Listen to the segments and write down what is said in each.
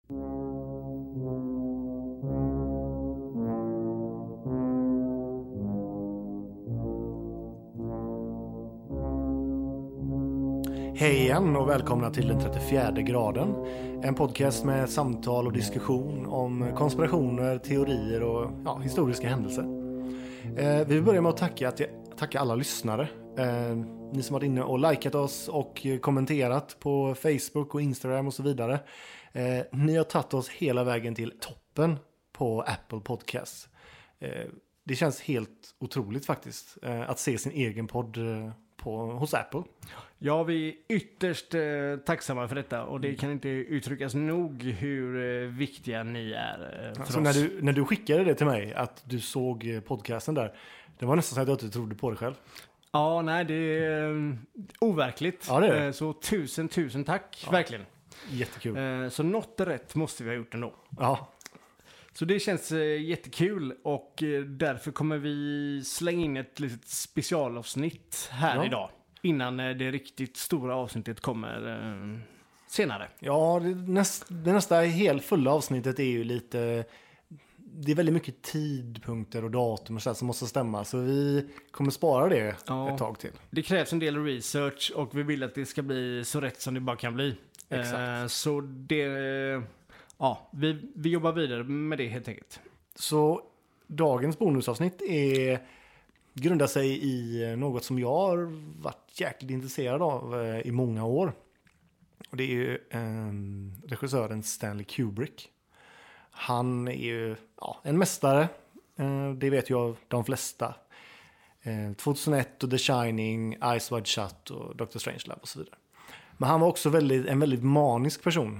Hej igen och välkomna till den 34:e graden. En podcast med samtal och diskussion om konspirationer, teorier och historiska händelser. Vi vill börja med att tacka alla lyssnare. Ni som varit inne och likat oss och kommenterat på Facebook och Instagram och så vidare. Ni har tagit oss hela vägen till toppen på Apple Podcasts. Det känns helt otroligt faktiskt att se sin egen podd hos Apple. Ja, vi är ytterst tacksamma för detta och det kan inte uttryckas nog hur viktiga ni är för alltså oss. När du skickade det till mig, att du såg podcasten där, det var nästan så att jag inte trodde på det själv. Ja, nej, det är overkligt. Ja, det är det. Så tusen tack, verkligen. Jättekul. Så något rätt måste vi ha gjort ändå. Ja. Så det känns jättekul och därför kommer vi slänga in ett litet specialavsnitt här idag. Innan det riktigt stora avsnittet kommer senare. Ja, det nästa helt fulla avsnittet är ju lite... Det är väldigt mycket tidpunkter och datum och så som måste stämma. Så vi kommer spara det ett tag till. Det krävs en del research och vi vill att det ska bli så rätt som det bara kan bli. Exakt. Så det... Ja, vi jobbar vidare med det helt enkelt. Så dagens bonusavsnitt grundar sig i något som jag har varit jäkligt intresserad av i många år. Och det är ju regissören Stanley Kubrick. Han är ju en mästare. Det vet jag de flesta. 2001 och The Shining, Eyes Wide Shut och Dr. Strangelove och så vidare. Men han var också en väldigt manisk person.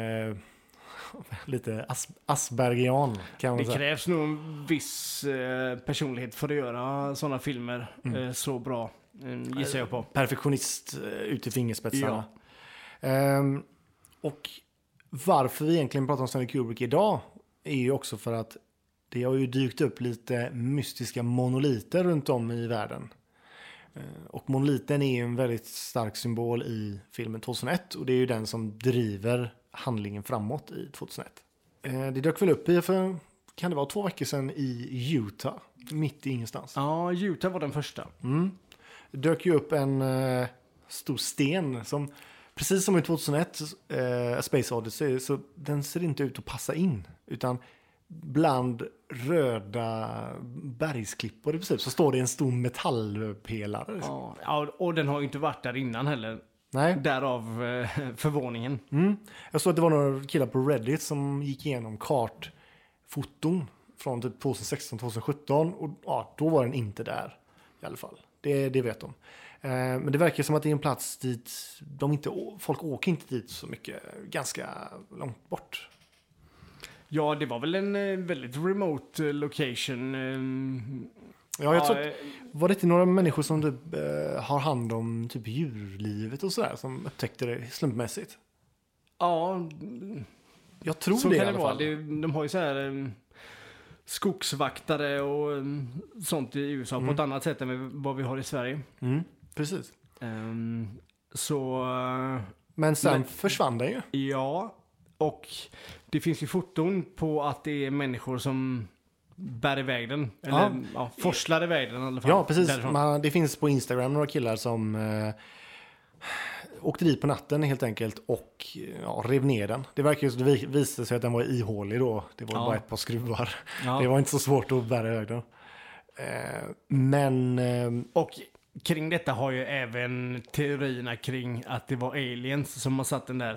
Lite Aspergian kan man säga. Det krävs nog en viss personlighet för att göra sådana filmer så bra, gissar jag på. Perfektionist ut i fingerspetsarna. Ja. Och varför vi egentligen pratar om Stanley Kubrick idag är ju också för att det har ju dykt upp lite mystiska monoliter runt om i världen. Och monoliten är ju en väldigt stark symbol i filmen 2001 och det är ju den som driver handlingen framåt i 2001. Det dök väl upp kan det vara 2 veckor sedan i Utah, mitt i ingenstans. Ja, Utah var den första. Det dök ju upp en stor sten som, precis som i 2001 Space Odyssey, så den ser inte ut att passa in, utan bland röda bergsklippor i princip så står det en stor metallpelare. Ja, och den har ju inte varit där innan heller. Nej. Därav förvåningen. Jag såg att det var några killar på Reddit som gick igenom kartfoton från typ 2016-2017 och då var den inte där i alla fall. Det vet de. Men det verkar som att det är en plats dit folk åker inte dit så mycket, ganska långt bort. Ja, det var väl en väldigt remote location. Ja, jag tror att, var det inte några människor som typ, har hand om typ djurlivet och sådär som upptäckte det slumpmässigt? Ja, jag tror så det kan i alla det vara. fall. De har ju så här skogsvaktare och sånt i USA på ett annat sätt än vad vi har i Sverige. Precis. Men sen försvann det ju. Ja, och det finns ju foton på att det är människor som bär iväg den. Eller forslar iväg den i alla fall. Ja, precis. Det finns på Instagram några killar som åkte dit på natten helt enkelt och rev ner den. Det verkar ju så, det visade sig att den var ihålig då. Det var bara ett par skruvar. Ja. Det var inte så svårt att bära iväg den. Och kring detta har ju även teorierna kring att det var aliens som har satt den där.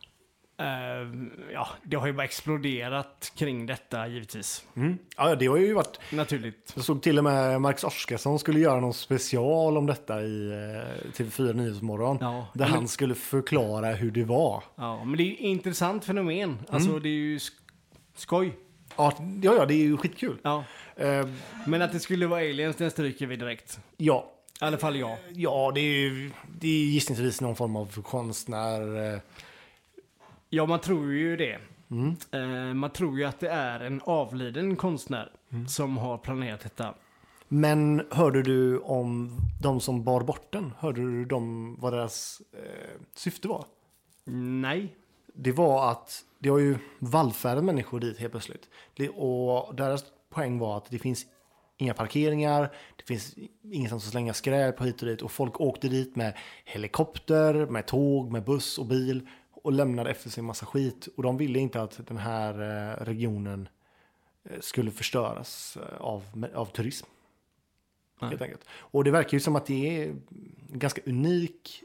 Det har ju bara exploderat kring detta givetvis. Ja, det har ju varit naturligt. Jag såg till och med Marcus Oskarsson skulle göra någon special om detta i TV4 Nyhetsmorgon. Där han skulle förklara hur det var. Ja, men det är ju intressant fenomen. Alltså det är ju skoj. Ja, det är ju skitkul. Ja. Men att det skulle vara aliens, den stryker vi direkt. Ja. I alla fall jag. Ja, det är gissningsvis någon form av konstnär. Ja, man tror ju det. Man tror ju att det är en avliden konstnär som har planerat detta. Men hörde du om de som bar bort den? Hörde du vad deras syfte var? Nej. Det var att det har ju vallfärdat människor dit helt plötsligt. Och deras poäng var att det finns inga parkeringar, det finns ingenstans att slänga skräp på hit och dit. Och folk åkte dit med helikopter, med tåg, med buss och bil och lämnade efter sig en massa skit. Och de ville inte att den här regionen skulle förstöras av turism. Helt enkelt. Och det verkar ju som att det är en ganska unik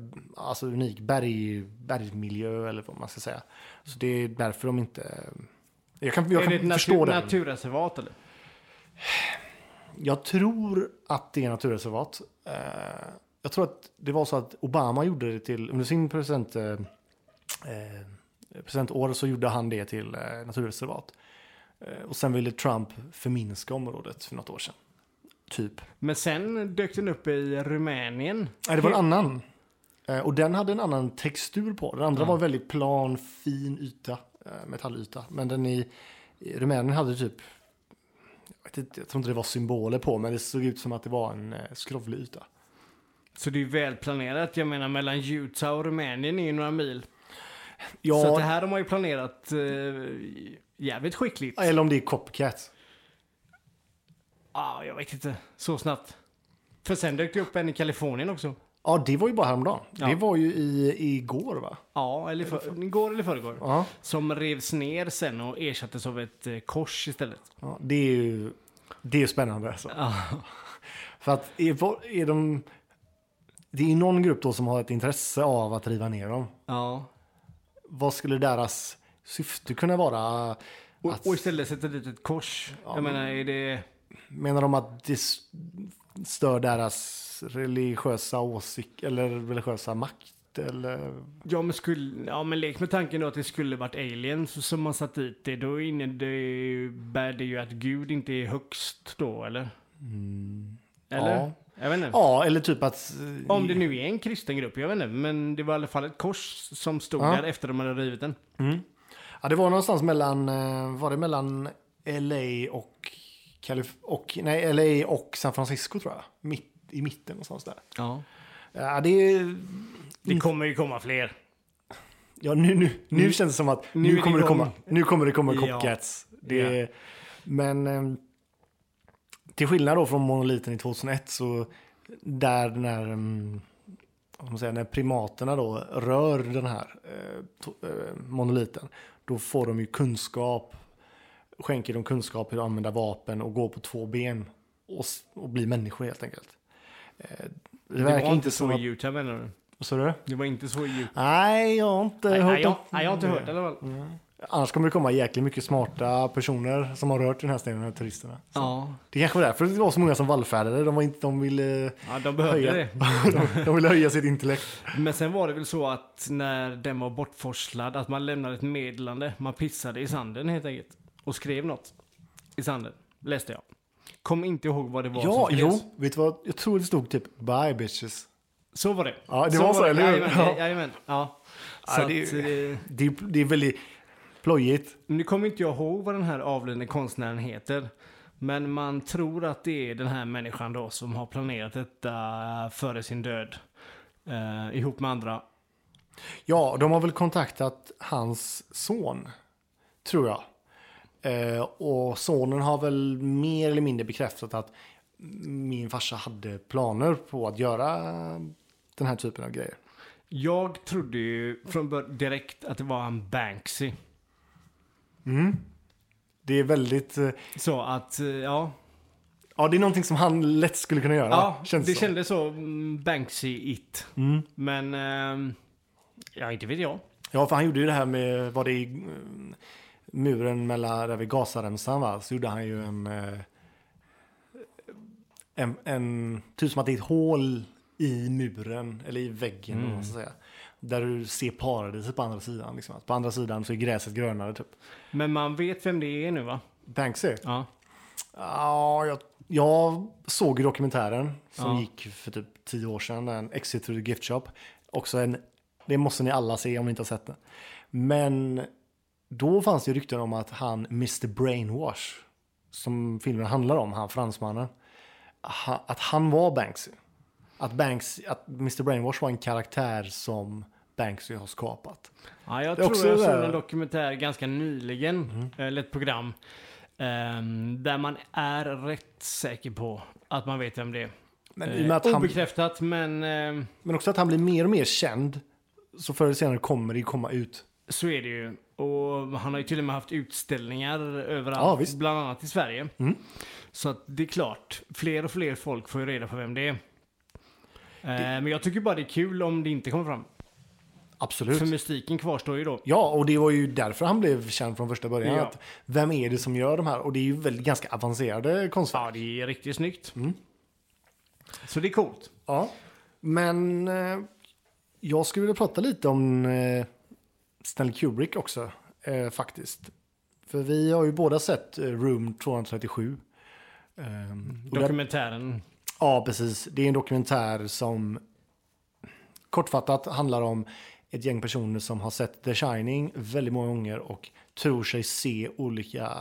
bergmiljö eller vad man ska säga. Så det är därför de inte... Jag kan förstå det. Är det ett naturreservat eller? Jag tror att det är naturreservat. Jag tror att det var så att Obama gjorde det till... Under sin presidentår så gjorde han det till naturreservat. Och sen ville Trump förminska området för något år sedan. Typ. Men sen dök den upp i Rumänien. Nej, det var en annan. Och den hade en annan textur på. Den andra var en väldigt plan, fin yta. Metallyta. Men den i Rumänien hade typ... Jag tror inte det var symboler på. Men det såg ut som att det var en skrovlig yta. Så det är väl planerat. Jag menar mellan Utah och Rumänien är ju några mil. Ja, så att det här de har ju planerat jävligt skickligt. Eller om det är copycat. Jag vet inte. Så snabbt. För sen dök det upp en i Kalifornien också. Ja, det var ju bara häromdagen. Ja. Det var ju igår, va? Ja, igår eller förrgår. Ja. Som revs ner sen och ersattes av ett kors istället. Ja, det är ju spännande. Alltså. Ja. För att det är någon grupp då som har ett intresse av att riva ner dem. Ja. Vad skulle deras syfte kunna vara? Och istället sätta dit ett kors. Ja, jag menar, är det... Menar de att det stör deras religiösa åsikt eller religiösa makt? Eller? Ja, men lek med tanken då att det skulle varit aliens som man satt dit det. Då innebär det ju att Gud inte är högst då, eller? Eller? Ja. Jag vet inte. Ja, eller typ att... Om det nu är en kristen grupp, jag vet inte. Men det var i alla fall ett kors som stod där efter de hade rivit den. Mm. Ja, det var någonstans mellan LA och LA och San Francisco, tror jag. I mitten någonstans där. Ja. Ja, det kommer ju komma fler. Ja, nu känns det som att nu kommer det komma copycats. Ja. Men till skillnad då från monoliten i 2001 så där när primaterna då rör den här monoliten, då får de ju kunskap, skänker de kunskap hur att använda vapen och gå på 2 ben och bli människor helt enkelt. Det var inte så i Utah, menar du? Vad sa du? Det var inte så i Utah. Nej, jag har inte hört jag har inte hört det i alla fall. Annars kommer det komma jäkligt mycket smarta personer som har rört den här stenen, de här turisterna. Så Ja. det kanske var därför det var så många som vallfärdade. De ville de behövde det. de ville höja sitt intellekt. Men sen var det väl så att när den var bortforslad att man lämnade ett meddelande. Man pissade i sanden helt enkelt. Och skrev något i sanden. Läste jag. Kom inte ihåg vad det var som skrevs. Vet du vad? Jag tror det stod typ bye bitches. Så var det. Ja, det var så, eller hur? Jajamän. Ja. Så det är väldigt plojigt. Nu kommer inte jag ihåg vad den här avlidne konstnären heter. Men man tror att det är den här människan då som har planerat detta före sin död. Ihop med andra. Ja, de har väl kontaktat hans son, tror jag. Och sonen har väl mer eller mindre bekräftat att min farsa hade planer på att göra den här typen av grejer. Jag trodde ju från direkt att det var en Banksy. Det är väldigt... Så att, ja. Ja, det är någonting som han lätt skulle kunna göra. Ja, kändes så Banksy-it. Men, ja, inte vet jag. Ja, för han gjorde ju det här med, var det i muren mellan, där vid Gazaremsan, va? Så gjorde han ju en typ som att det är ett hål i muren, eller i väggen, om man ska säga. Där du ser paradiset på andra sidan. Liksom. På andra sidan så är gräset grönare typ. Men man vet vem det är nu, va? Banksy? Ja. Ja, jag såg dokumentären som gick för typ 10 år sedan. En Exit through the Gift Shop. Också det måste ni alla se om ni inte har sett den. Men då fanns det rykten om att han Mr. Brainwash, som filmen handlar om, han fransmannen, att han var Banksy. Att Mr. Brainwash var en karaktär som Banksy har skapat. Ja, jag Det är tror också jag såg där- en dokumentär ganska nyligen, eller ett program, där man är rätt säker på att man vet vem det är. Men, i och med att han, Obekräftat, men men också att han blir mer och mer känd, så förr eller senare kommer det komma ut. så är det ju. Och han har ju till och med haft utställningar överallt, Ja, visst. bland annat i Sverige. Mm. Så att det är klart, fler och fler folk får ju reda på vem det är. Men jag tycker bara det är kul om det inte kommer fram. Absolut. För mystiken kvarstår ju då. Ja, och det var ju därför han blev känd från första början. Ja. Att vem är det som gör de här? Och det är ju väldigt ganska avancerade konstverk. Ja, det är riktigt snyggt. Mm. Så det är coolt. Ja. Men jag skulle vilja prata lite om Stanley Kubrick också, faktiskt. För vi har ju båda sett Room 237. Och Dokumentären. ja, precis. Det är en dokumentär som kortfattat handlar om ett gäng personer som har sett The Shining väldigt många gånger och tror sig se olika,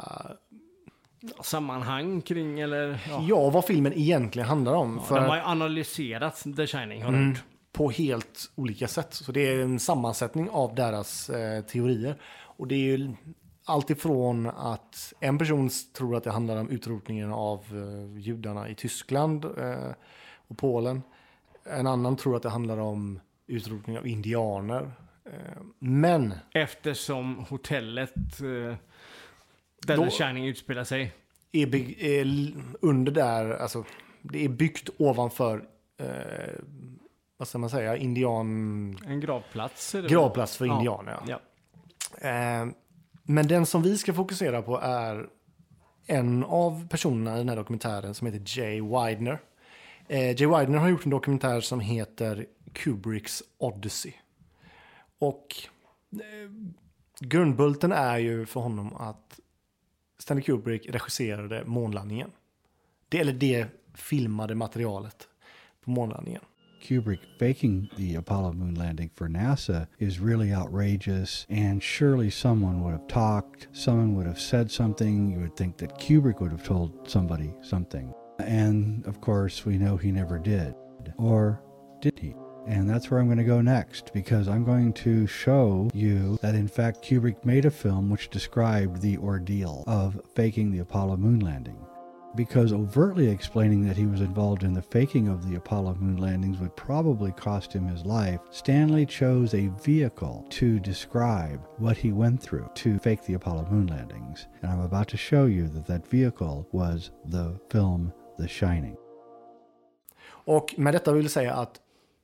Sammanhang kring, eller... ja, vad filmen egentligen handlar om. Ja, För de har ju analyserat The Shining, har de gjort. på helt olika sätt. Så det är en sammansättning av deras teorier. Och det är ju allt ifrån att en person tror att det handlar om utrotningen av judarna i Tyskland och Polen. En annan tror att det handlar om utrotning av indianer. Men Eftersom hotellet där Då- The Shining utspelar sig. är under där, alltså det är byggt ovanför, vad ska man säga, En gravplats. Är det gravplats för Ja. indianer. Ja. Ja. Men den som vi ska fokusera på är en av personerna i den här dokumentären som heter Jay Weidner. Jay Weidner har gjort en dokumentär som heter Kubricks Odyssey. Och grundbulten är ju för honom att Stanley Kubrick regisserade månlandningen. Det filmade materialet på månlandningen. Kubrick faking the Apollo moon landing for NASA is really outrageous, and surely someone would have talked, someone would have said something. You would think that Kubrick would have told somebody something. And of course, we know he never did. Or did he? And that's where I'm going to go next, because I'm going to show you that in fact Kubrick made a film which described the ordeal of faking the Apollo moon landing. Because overtly explaining that he was involved in the faking of the Apollo moon landings would probably cost him his life, Stanley chose a vehicle to describe what he went through to fake the Apollo moon landings. And I'm about to show you that that vehicle was the film The Shining. Och med detta vill jag säga att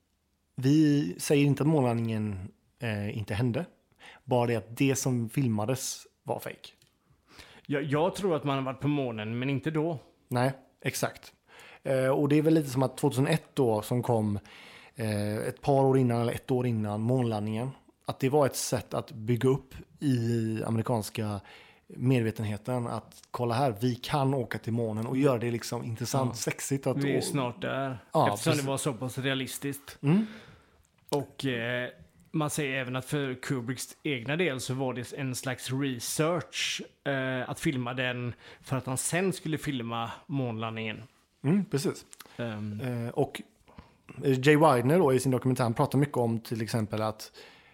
vi säger inte att månlandningen inte hände. Bara det att det som filmades var fake. Jag tror att man har varit på månen, men inte då. Nej, exakt. Och det är väl lite som att 2001 då som kom ett par år innan eller ett år innan månlandningen. Att det var ett sätt att bygga upp i amerikanska medvetenheten att kolla här, vi kan åka till månen och göra det liksom intressant, sexigt. Att, Vi är snart där. Ja, Eftersom precis. det var så pass realistiskt. Mm. Och man säger även att för Kubricks egna del så var det en slags research att filma den för att han sen skulle filma månlandningen. Precis. Och Jay Weidner då i sin dokumentär pratar mycket om till exempel att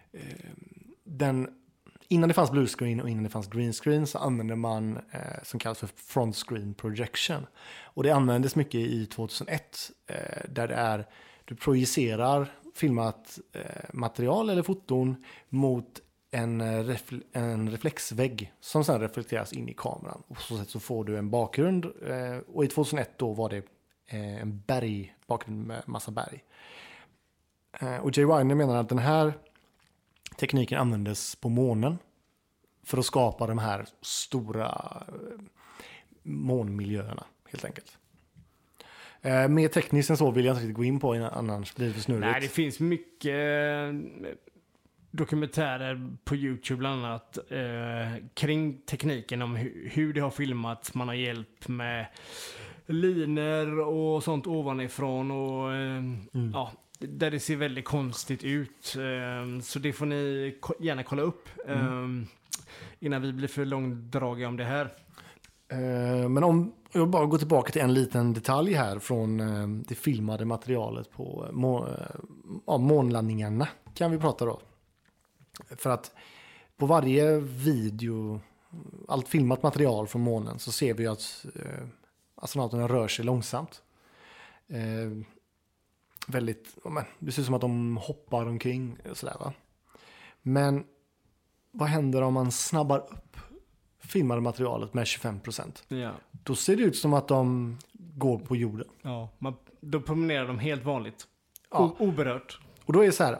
innan det fanns blue screen och innan det fanns green screen så använde man som kallas för front screen projection. Och det användes mycket i 2001 där det är du projicerar filmat material eller foton mot en reflexvägg som sedan reflekteras in i kameran. Och på så sätt så får du en bakgrund och i 2001 då var det en bakgrund med massa berg. Och Jay Weidner menar att den här tekniken användes på månen för att skapa de här stora månmiljöerna helt enkelt. Mer tekniskt än så vill jag inte riktigt gå in på innan, annars blir det för snurrigt. Nej, det finns mycket dokumentärer på YouTube bland annat kring tekniken om hur det har filmats. Man har hjälp med linor och sånt ovanifrån och ja, där det ser väldigt konstigt ut. Så det får ni gärna kolla upp innan vi blir för långdragiga om det här. Men om jag bara går tillbaka till en liten detalj här från det filmade materialet på månlandningarna kan vi prata då. För att på varje video, allt filmat material från månen, så ser vi att astronauterna rör sig långsamt. Det ser ut som att de hoppar omkring och sådär, va? Men vad händer om man snabbar upp filmade materialet med 25%? Ja. Då ser det ut som att de går på jorden. Ja, då promenerar de helt vanligt. Ja. Oberört. Och då är det så här,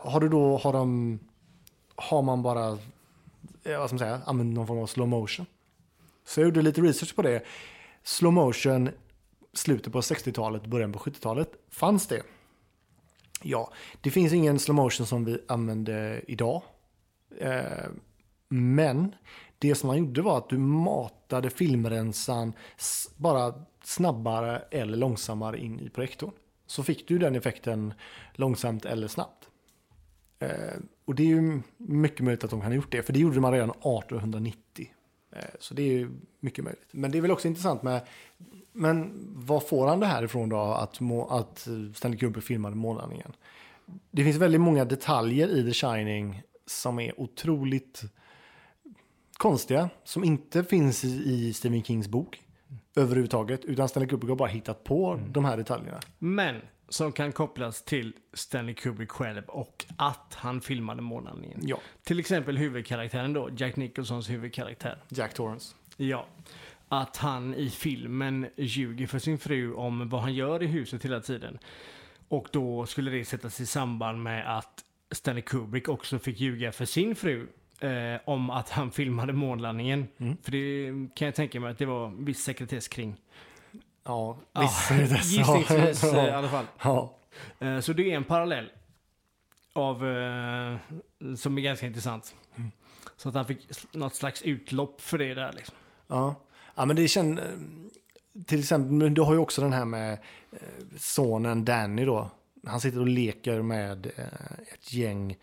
har man bara, vad ska man säga, använt någon form av slow motion. Så jag gjorde lite research på det. Slow motion, slutet på 60-talet, början på 70-talet, fanns det? Ja, det finns ingen slow motion som vi använder idag. Men det som man gjorde var att du matade filmrensan bara snabbare eller långsammare in i projektorn. Så fick du den effekten långsamt eller snabbt. Och det är ju mycket möjligt att de kan ha gjort det. För det gjorde man redan 1890. Så det är ju mycket möjligt. Men det är väl också intressant med... Men vad får han det här ifrån då? Att Stanley Kubrick filmade månlandningen? Det finns väldigt många detaljer i The Shining som är otroligt konstiga. Som inte finns i Stephen Kings bok överhuvudtaget. Utan Stanley Kubrick har bara hittat på de här detaljerna. Men som kan kopplas till Stanley Kubrick själv och att han filmade månlandningen. Ja. Till exempel huvudkaraktären då, Jack Nicholsons huvudkaraktär. Jack Torrance. Ja. Att han i filmen ljuger för sin fru om vad han gör i huset hela tiden. Och då skulle det sättas i samband med att Stanley Kubrick också fick ljuga för sin fru om att han filmade månlandningen. För det kan jag tänka mig att det var viss sekretess kring. Ja, gissningsvis i alla fall. Ja. Så det är en parallell av som är ganska intressant. Så att han fick något slags utlopp för det där liksom. Ja, men det känns... Till exempel, du har ju också den här med sonen Danny då. Han sitter och leker med ett gäng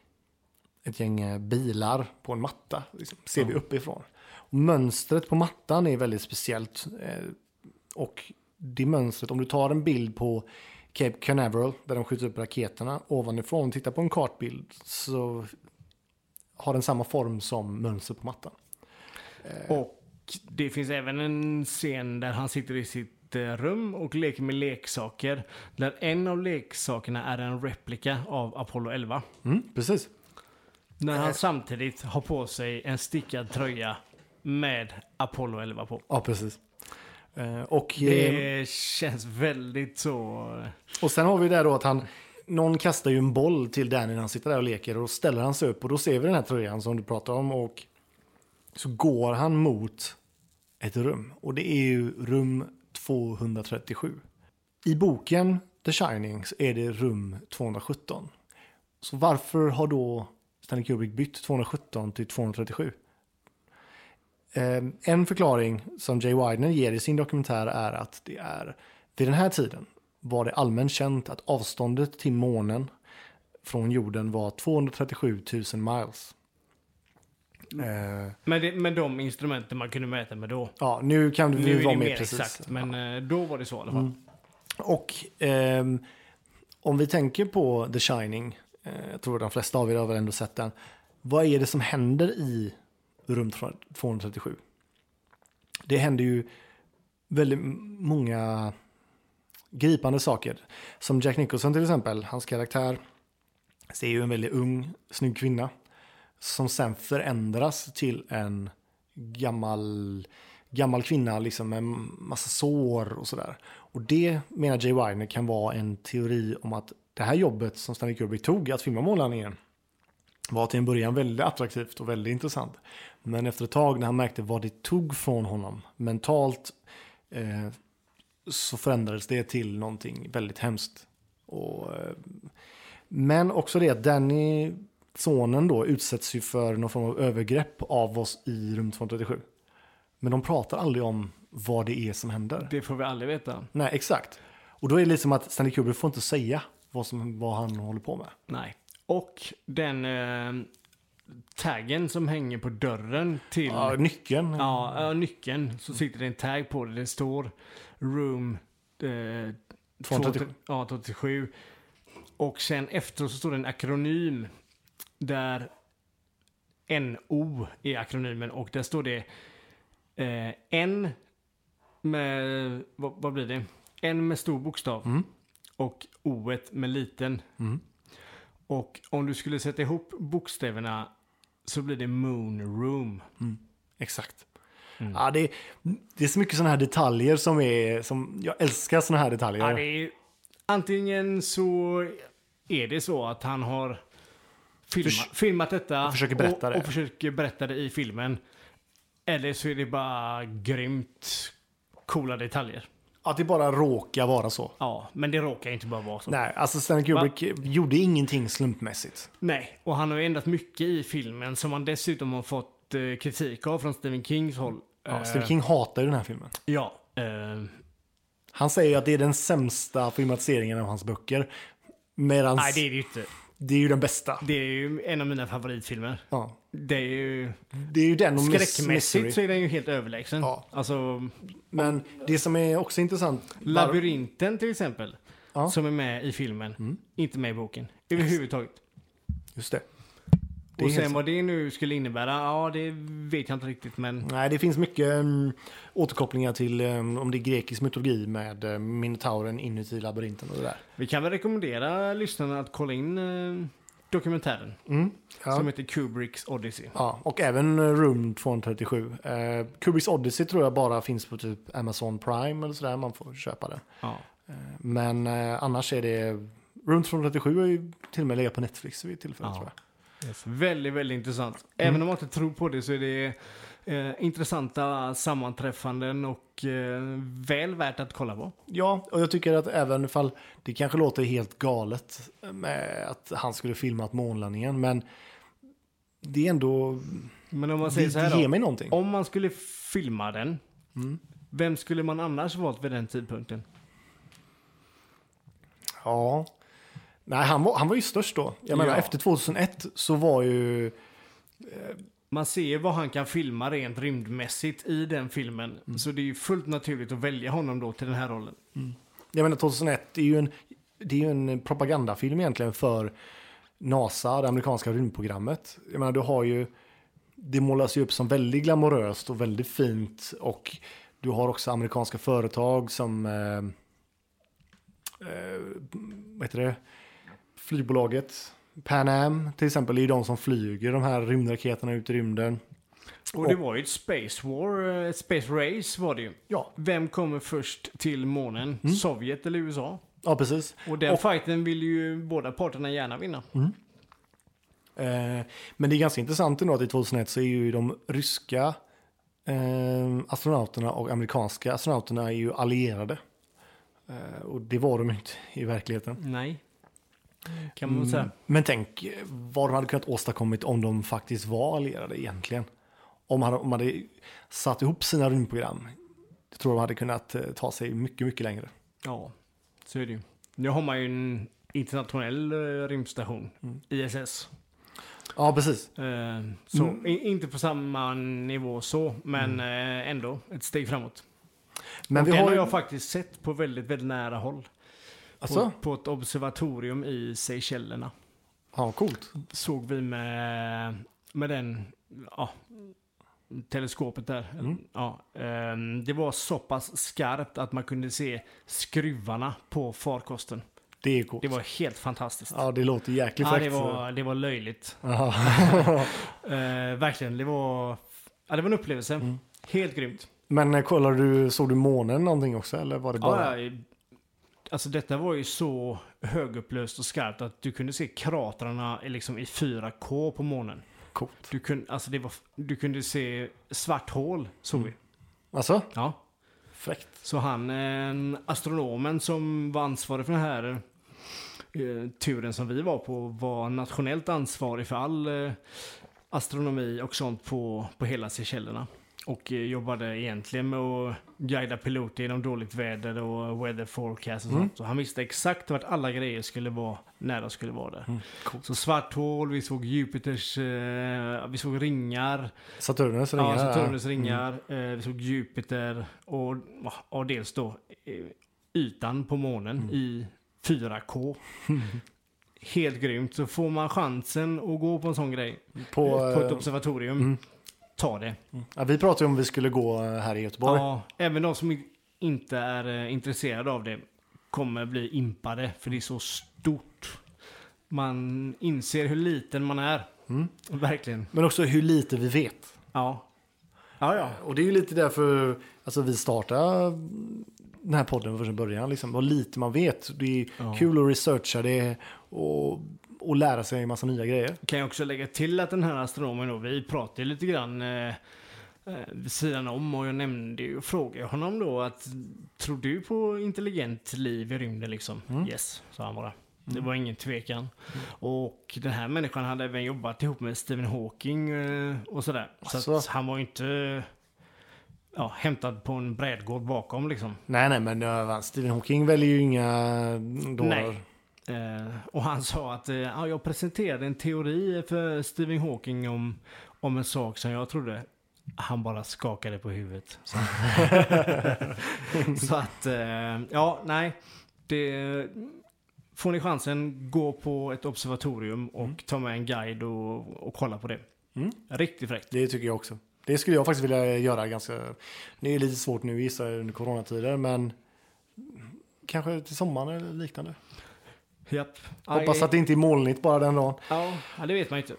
bilar på en matta. Liksom, ser vi uppifrån. Och mönstret på mattan är väldigt speciellt. Och det mönstret, om du tar en bild på Cape Canaveral där de skjuter upp raketerna ovanifrån och tittar på en kartbild, så har den samma form som mönstret på mattan. Och det finns även en scen där han sitter i sitt rum och leker med leksaker. Där en av leksakerna är en replika av Apollo 11. Precis. När han samtidigt har på sig en stickad tröja med Apollo 11 på. Ja, precis. Och det känns väldigt så... Och sen har vi där då att någon kastar ju en boll till Danny när han sitter där och leker, och då ställer han sig upp och då ser vi den här tröjan som du pratar om, och så går han mot ett rum, och det är ju rum 237. I boken The Shining så är det rum 217. Så varför har då Stanley Kubrick bytt 217 till 237? En förklaring som Jay Weidner ger i sin dokumentär är att det är vid den här tiden var det allmänt känt att avståndet till månen från jorden var 237 000 miles. Med de instrumenten man kunde mäta med då. Ja, nu kan vi vara mer precis. Exakt, men då var det så i alla fall. Och om vi tänker på The Shining, jag tror de flesta av er har väl ändå sett den. Vad är det som händer i rum 237? Det händer ju väldigt många gripande saker. Som Jack Nicholson till exempel, hans karaktär ser ju en väldigt ung, snygg kvinna som sen förändras till en gammal kvinna liksom med massa sår och sådär. Och det menar Jay Weidner kan vara en teori om att det här jobbet som Stanley Kubrick tog att filma månlandningen var till en början väldigt attraktivt och väldigt intressant. Men efter ett tag när han märkte vad det tog från honom mentalt så förändrades det till någonting väldigt hemskt. Men också det att Danny, sonen då, utsätts ju för någon form av övergrepp av oss i rum 237. Men de pratar aldrig om vad det är som händer. Det får vi aldrig veta. Nej, exakt. Och då är det liksom att Stanley Kubrick får inte säga vad han håller på med. Nej. Och den taggen som hänger på dörren till... Ja, nyckeln. Ja, nyckeln. Så sitter det en tagg på det. Det står room 237. Och sen efter så står det en akronym där NO i akronymen och där står det N med, vad blir det? N med stor bokstav och O med liten. Och om du skulle sätta ihop bokstäverna så blir det Moon Room. Exakt. Ja, det är så mycket sådana här detaljer som jag älskar sådana här detaljer. Ja, det är, antingen så är det så att han har filmat detta och försöker berätta det i filmen. Eller så är det bara grymt coola detaljer. Att det bara råkar vara så. Ja, men det råkar inte bara vara så. Nej, alltså Stanley Kubrick gjorde ingenting slumpmässigt. Nej, och han har ju ändrat mycket i filmen som han dessutom har fått kritik av från Stephen Kings håll. Ja, Stephen King hatar ju den här filmen. Ja. Han säger att det är den sämsta filmatiseringen av hans böcker. Nej, det är det ju inte. Det är ju den bästa. Det är ju en av mina favoritfilmer. Ja. Det är ju den och skräckmässigt så är den ju helt överlägsen. Ja. Alltså, men det som är också intressant... Labyrinten till exempel, som är med i filmen, inte med i boken. Överhuvudtaget. Just det. Och sen vad det nu skulle innebära, det vet jag inte riktigt. Men... Nej, det finns mycket återkopplingar till om det är grekisk mytologi med minotauren inuti labyrinten och det där. Vi kan väl rekommendera lyssnarna att kolla in dokumentären som heter Kubricks Odyssey. Ja, och även Room 237. Kubricks Odyssey tror jag bara finns på typ Amazon Prime eller sådär, man får köpa det. Ja. Men annars är det... Room 237 är ju till och med legat på Netflix vid tillfället tror jag. Yes. Väldigt, väldigt intressant. Även om man inte tror på det så är det intressanta sammanträffanden och väl värt att kolla på. Ja, och jag tycker att även ifall det kanske låter helt galet med att han skulle filmat månlandningen, men det är ändå... Men om man säger så här ger mig någonting. Om man skulle filma den, vem skulle man annars valt vid den tidpunkten? Ja... Nej, han var ju störst då. Jag menar, efter 2001 så var ju... Man ser vad han kan filma rent rymdmässigt i den filmen. Så det är ju fullt naturligt att välja honom då till den här rollen. Jag menar, 2001 är ju en propagandafilm egentligen för NASA, det amerikanska rymdprogrammet. Jag menar, du har ju... Det målas ju upp som väldigt glamoröst och väldigt fint. Och du har också amerikanska företag som... vad heter det? Flygbolaget Pan Am till exempel är ju de som flyger de här rymdraketerna ut i rymden. Och det var ju ett space race var det ju. Ja. Vem kommer först till månen? Sovjet eller USA? Ja, precis. Och den fighten vill ju båda parterna gärna vinna. Men det är ganska intressant ändå att i 2001 så är ju de ryska astronauterna och amerikanska astronauterna är ju allierade. Och det var de inte i verkligheten. Nej. Kan man säga. Men tänk vad de hade kunnat åstadkommit om de faktiskt var allierade egentligen. Om man hade satt ihop sina rymdprogram. Jag tror de hade kunnat ta sig mycket, mycket längre. Ja, så är det ju. Nu har man ju en internationell rymdstation, ISS. Ja, precis. Så inte på samma nivå så, men ändå ett steg framåt. Men den har jag faktiskt sett på väldigt, väldigt nära håll. Alltså? På ett observatorium i Seychellerna. Ja, coolt. Såg vi med den teleskopet där. Det var så pass skarpt att man kunde se skruvarna på farkosten. Det är coolt. Det var helt fantastiskt. Ja, det låter jäkligt fräckt. Det var löjligt. Verkligen, det var en upplevelse. Helt grymt. Men såg du månen någonting också? Eller var det bara... Ja, alltså detta var ju så högupplöst och skarpt att du kunde se kratrarna liksom i 4K på månen. Coolt. Du kunde se svart hål, såg vi. Alltså? Ja. Fräckt. Så astronomen som var ansvarig för den här turen som vi var på var nationellt ansvarig för all astronomi och sånt på hela Seychellerna. Och jobbade egentligen med att guida piloter genom dåligt väder och weather forecast och sånt. Så han visste exakt vart alla grejer skulle vara när de skulle vara där. Cool. Så svart hål, vi såg vi såg ringar. Saturnus ringar. Ja, Saturnus ringar. Vi såg Jupiter och dels då ytan på månen i 4K. helt grymt. Så får man chansen att gå på en sån grej på ett observatorium, ta det. Ja, vi pratade om vi skulle gå här i Göteborg. Ja, även de som inte är intresserade av det kommer bli impade, för det är så stort. Man inser hur liten man är. Verkligen. Men också hur lite vi vet. Ja. Ja. Och det är ju lite därför alltså, vi startar den här podden från början. Liksom. Vad lite man vet. Det är kul att researcha det och lära sig en massa nya grejer. Kan jag också lägga till att den här astronomen då, vi pratade lite grann vid sidan om, och jag nämnde ju och frågade honom då att tror du på intelligent liv i rymden liksom? Yes, sa han bara. Det var ingen tvekan. Och den här människan hade även jobbat ihop med Stephen Hawking och sådär. Så att han var ju inte hämtad på en brädgård bakom liksom. Nej, men Stephen Hawking väljer ju inga dårar. Nej. Och han sa att jag presenterade en teori för Stephen Hawking om en sak som jag trodde. Han bara skakade på huvudet. Så att, det... Får ni chansen, gå på ett observatorium och ta med en guide och kolla på det. Riktigt fräckt. Det tycker jag också. Det skulle jag faktiskt vilja göra ganska... Det är lite svårt nu gissa under coronatider, men kanske till sommaren eller liknande. Japp. Hoppas att det inte är molnigt bara den dagen. Ja, det vet man inte.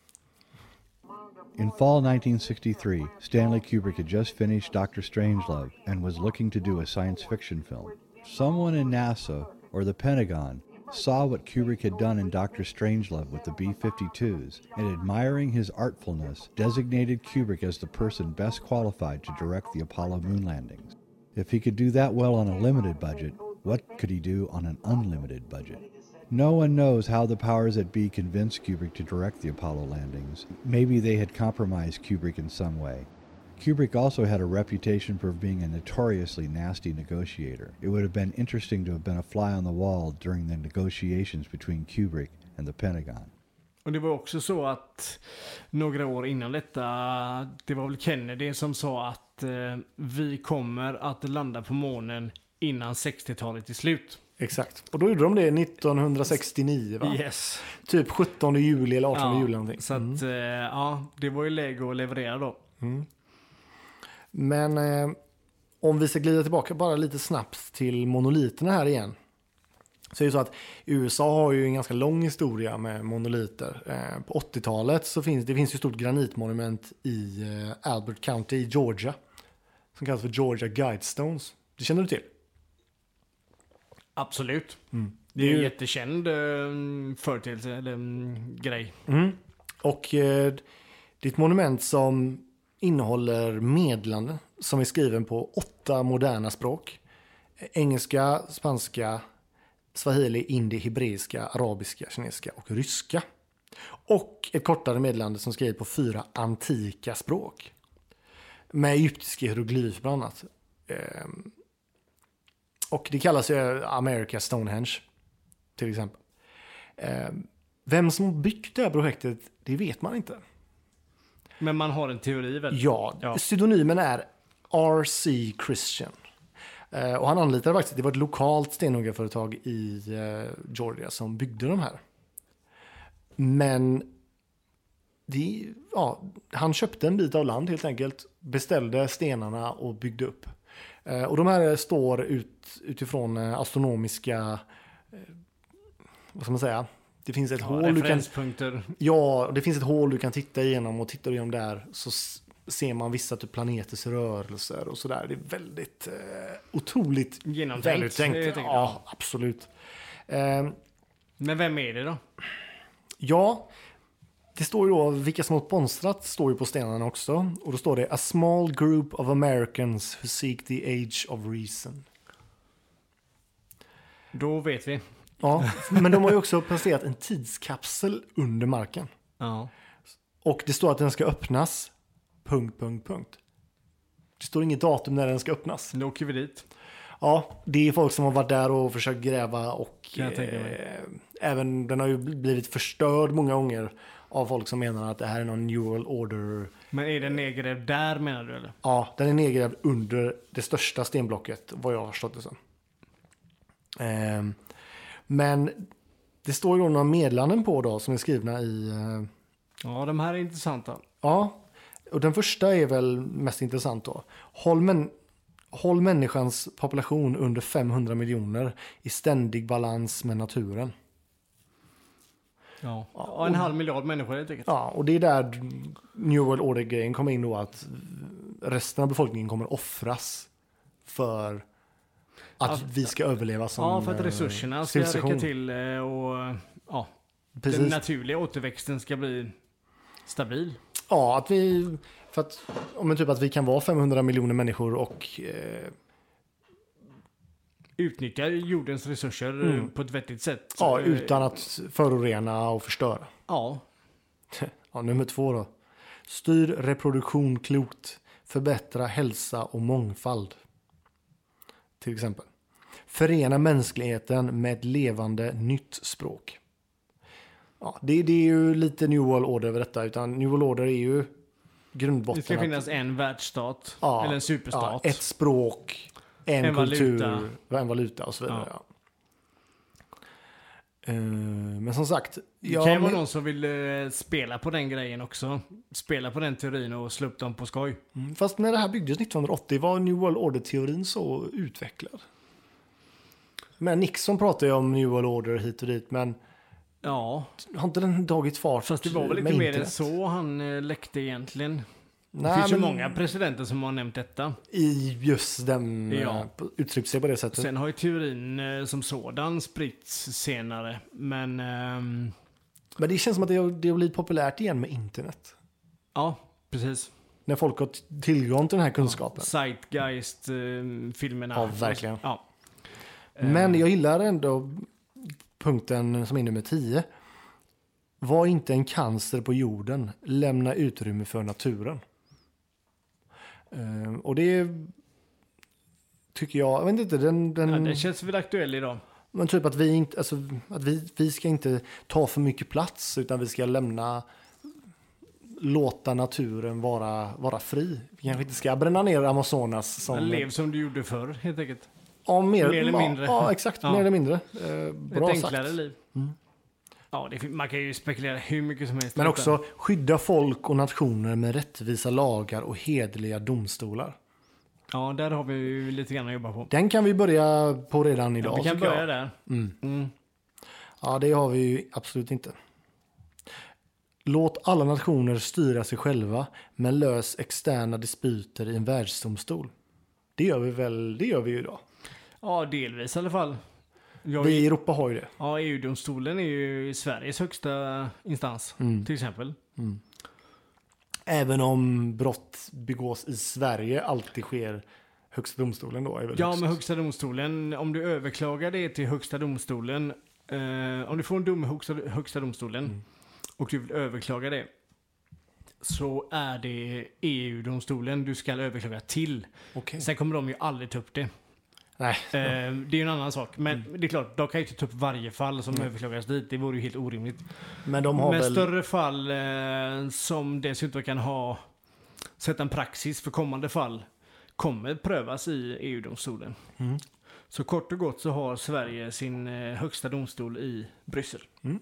In fall 1963, Stanley Kubrick had just finished Dr. Strangelove and was looking to do a science fiction film. Someone in NASA or the Pentagon saw what Kubrick had done in Dr. Strangelove with the B-52s, and admiring his artfulness, designated Kubrick as the person best qualified to direct the Apollo moon landings. If he could do that well on a limited budget, what could he do on an unlimited budget? No one knows how the powers that be convinced Kubrick to direct the Apollo landings. Maybe they had compromised Kubrick in some way. Kubrick also had a reputation for being a notoriously nasty negotiator. It would have been interesting to have been a fly on the wall during the negotiations between Kubrick and the Pentagon. Och det var också så att några år innan detta, det var väl Kennedy som sa att vi kommer att landa på månen innan 60-talet är slut. Exakt. Och då gjorde de det 1969, va? Yes. Typ 17 juli eller 18 juli någonting. Så att, det var ju läge att leverera då. Men om vi ska glida tillbaka bara lite snabbt till monoliterna här igen. Så är det så att USA har ju en ganska lång historia med monoliter. På 80-talet så finns ju stort granitmonument i Albert County i Georgia. Som kallas för Georgia Guidestones. Det känner du till? Absolut. Det är ju en jättekänd företeelse eller grej. Och det är ett monument som innehåller meddelanden som är skriven på 8 moderna språk. Engelska, spanska, swahili, hindi, hebreiska, arabiska, kinesiska och ryska. Och ett kortare meddelande som skrivs på 4 antika språk. Med egyptiska hieroglyfer bland annat. Och det kallas ju America Stonehenge till exempel. Vem som byggt det här projektet, det vet man inte. Men man har en teori väl? Ja. Pseudonymen är R.C. Christian. Och han anlitade faktiskt, det var ett lokalt stenhuggarföretag i Georgia som byggde de här. Men han köpte en bit av land helt enkelt, beställde stenarna och byggde upp. Och de här står utifrån astronomiska, vad ska man säga? Det finns ett hål referenspunkter. Det finns ett hål du kan titta igenom, och tittar du igenom där så ser man vissa typ planeters rörelser och sådär. Det är väldigt otroligt genomtänkt. Ja, absolut. Men vem är det då? Ja, det står ju då vilka som har sponsrat står ju på stenarna också. Och då står det A small group of Americans who seek the age of reason. Då vet vi. Ja, men de har ju också placerat en tidskapsel under marken. Ja. Och det står att den ska öppnas. ... Det står inget datum när den ska öppnas. Nu åker vi dit. Ja, det är folk som har varit där och försökt gräva, och även den har ju blivit förstörd många gånger av folk som menar att det här är någon New World Order. Men är den nedgrävd där, menar du eller? Ja, den är nedgrävd under det största stenblocket, vad jag har förstått det som. Men Det står ju då några meddelanden på då som är skrivna i... Ja, de här är intressanta. Ja, och den första är väl mest intressant då. Håll människans population under 500 miljoner i ständig balans med naturen. Ja, och 1,5 miljard människor helt enkelt. Ja, och det är där New World Order-grejen kommer in då, att resten av befolkningen kommer offras för att vi ska överleva som Ja, för att resurserna ska räcka till och den naturliga återväxten ska bli stabil. Ja, att vi... För att, om typ att vi kan vara 500 miljoner människor och... Utnyttja jordens resurser på ett vettigt sätt. Ja, utan att förorena och förstöra. Ja. Ja, nummer 2 då. Styr reproduktion klokt. Förbättra hälsa och mångfald. Till exempel. Förena mänskligheten med ett levande nytt språk. Ja, det är ju lite New World Order över detta. Utan New World Order är ju grundbotten. Det ska finnas en världsstat. Eller en superstat. Ja, ett språk. En kultur. Valuta. En valuta och så vidare. Ja. Men som sagt. Det kan ju vara någon som vill spela på den grejen också. Spela på den teorin och slå upp dem på skoj. Fast när det här byggdes 1980 var New World Order-teorin så utvecklad. Men Nixon pratade ju om New World Order hit och dit, men ja, har inte den tagit fart? Fast det var väl lite mer än så han läckte egentligen. Nej, det finns ju många presidenter som har nämnt detta. I just den uttryckt sig på det sättet. Sen har ju teorin som sådan spritts senare. Men det känns som att det har blivit populärt igen med internet. Ja, precis. När folk har tillgång till den här kunskapen. Zeitgeist-filmerna. Ja, verkligen. Ja. Men jag gillar ändå punkten som är nummer 10. Var inte en cancer på jorden. Lämna utrymme för naturen. Och det tycker jag vet inte, det känns väl aktuell idag. Men typ att vi inte, alltså, att vi ska inte ta för mycket plats, utan vi ska låta naturen vara fri. Vi kanske inte ska bränna ner Amazonas. Lev som du gjorde förr, helt enkelt. Ja, mer eller mindre. Ja, exakt. Mer eller mindre. Bra ett enklare sagt. Liv. Ja, man kan ju spekulera hur mycket som helst. Men också skydda folk och nationer med rättvisa lagar och hederliga domstolar. Ja, där har vi ju lite grann att jobba på. Den kan vi börja på redan idag. Vi kan börja där. Ja, det har vi ju absolut inte. Låt alla nationer styra sig själva, men lös externa dispyter i en världsdomstol. Det gör vi ju idag. Ja, delvis i alla fall. Vi i Europa har ju det. Ja, EU-domstolen är ju Sveriges högsta instans, till exempel. Även om brott begås i Sverige alltid sker högsta domstolen då? Är väl men högsta domstolen, om du överklagar det till högsta domstolen, om du får en dom i högsta domstolen och du vill överklaga det, så är det EU-domstolen du ska överklaga till. Okay. Sen kommer de ju aldrig ta upp det. Nej. Det är ju en annan sak. Men det är klart, de kan ju inte ta upp varje fall som överklagas dit. Det vore ju helt orimligt. Men de har väl... större fall som dessutom kan sätta en praxis för kommande fall kommer prövas i EU-domstolen. Så kort och gott så har Sverige sin högsta domstol i Bryssel.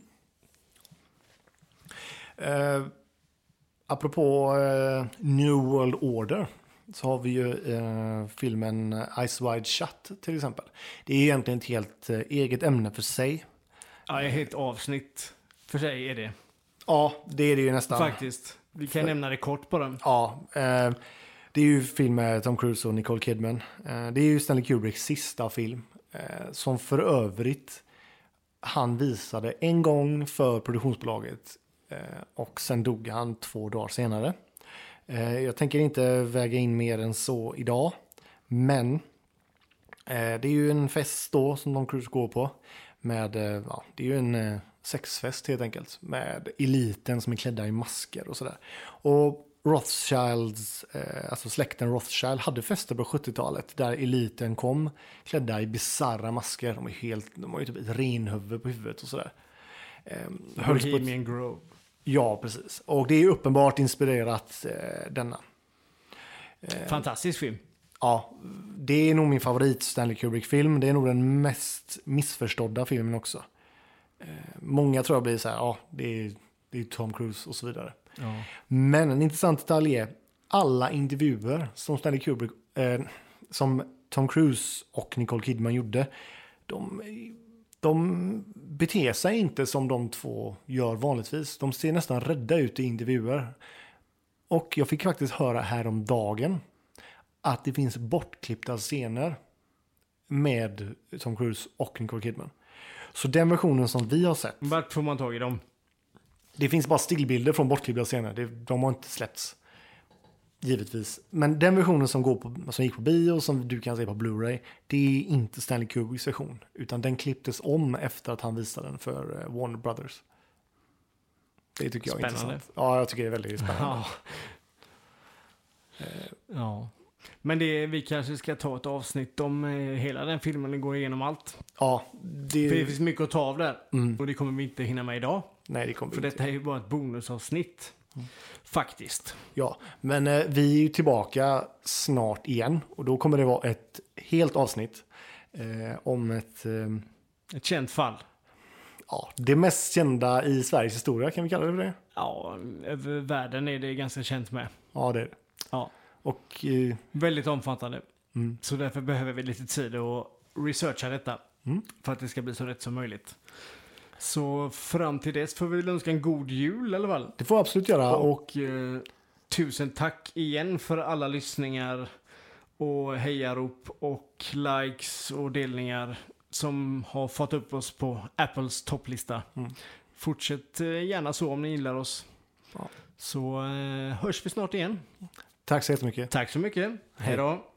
Apropå New World Order, så har vi ju filmen Eyes Wide Shut till exempel. Det är egentligen ett helt eget ämne för sig. Ja, ett helt avsnitt för sig är det. Ja, det är det ju nästan. Faktiskt. Vi kan nämna det kort på den. Ja, det är ju film med Tom Cruise och Nicole Kidman. Det är ju Stanley Kubricks sista film. Som för övrigt han visade en gång för produktionsbolaget. Och sen dog han 2 dagar senare. Jag tänker inte väga in mer än så idag. Men det är ju en fest då som Tom Cruise går på. Det är ju en sexfest helt enkelt. Med eliten som är klädda i masker och sådär. Och Rothschilds, alltså släkten Rothschild, hade fester på 70-talet. Där eliten kom klädda i bizarra masker. De var ju typ ett renhuvud på huvudet och sådär. Bohemian Grove. Ja, precis. Och det är uppenbart inspirerat denna. Fantastisk film. Ja, det är nog min favorit Stanley Kubrick-film. Det är nog den mest missförstådda filmen också. Många tror jag blir så här, ja, det är Tom Cruise och så vidare. Ja. Men en intressant detalj är alla intervjuer som Stanley Kubrick, som Tom Cruise och Nicole Kidman gjorde, de beter sig inte som de två gör vanligtvis. De ser nästan rädda ut i intervjuer. Och jag fick faktiskt höra häromdagen att det finns bortklippta scener med Tom Cruise och Nicole Kidman. Så den versionen som vi har sett... Vart får man tag i dem? Det finns bara stillbilder från bortklippta scener. De har inte släppts. Givetvis. Men den versionen som gick på bio, som du kan se på Blu-ray, det är inte Stanley Kubricks version. Utan den klipptes om efter att han visade den för Warner Brothers. Det tycker jag är intressant. Ja, jag tycker det är väldigt spännande. Ja. Men vi kanske ska ta ett avsnitt om hela den filmen och gå igenom allt. Ja. För det finns mycket att ta av där. Och det kommer vi inte hinna med idag. Nej, det kommer vi inte. inte. För detta är ju bara ett bonusavsnitt. Faktiskt. Ja, men vi är ju tillbaka snart igen. Och då kommer det vara ett helt avsnitt om ett känt fall. Ja, det mest kända i Sveriges historia, kan vi kalla det för det? Ja, över världen är det ganska känt med. Ja, det är det. Ja. Och, väldigt omfattande. Så därför behöver vi lite tid att researcha detta. För att det ska bli så rätt som möjligt. Så fram till dess får vi önska en god jul i alla fall. Det får vi absolut göra. Och tusen tack igen för alla lyssningar och hejarop och likes och delningar som har fått upp oss på Apples topplista. Fortsätt gärna så om ni gillar oss. Ja. Så hörs vi snart igen. Tack så jättemycket. Tack så mycket. Hej då.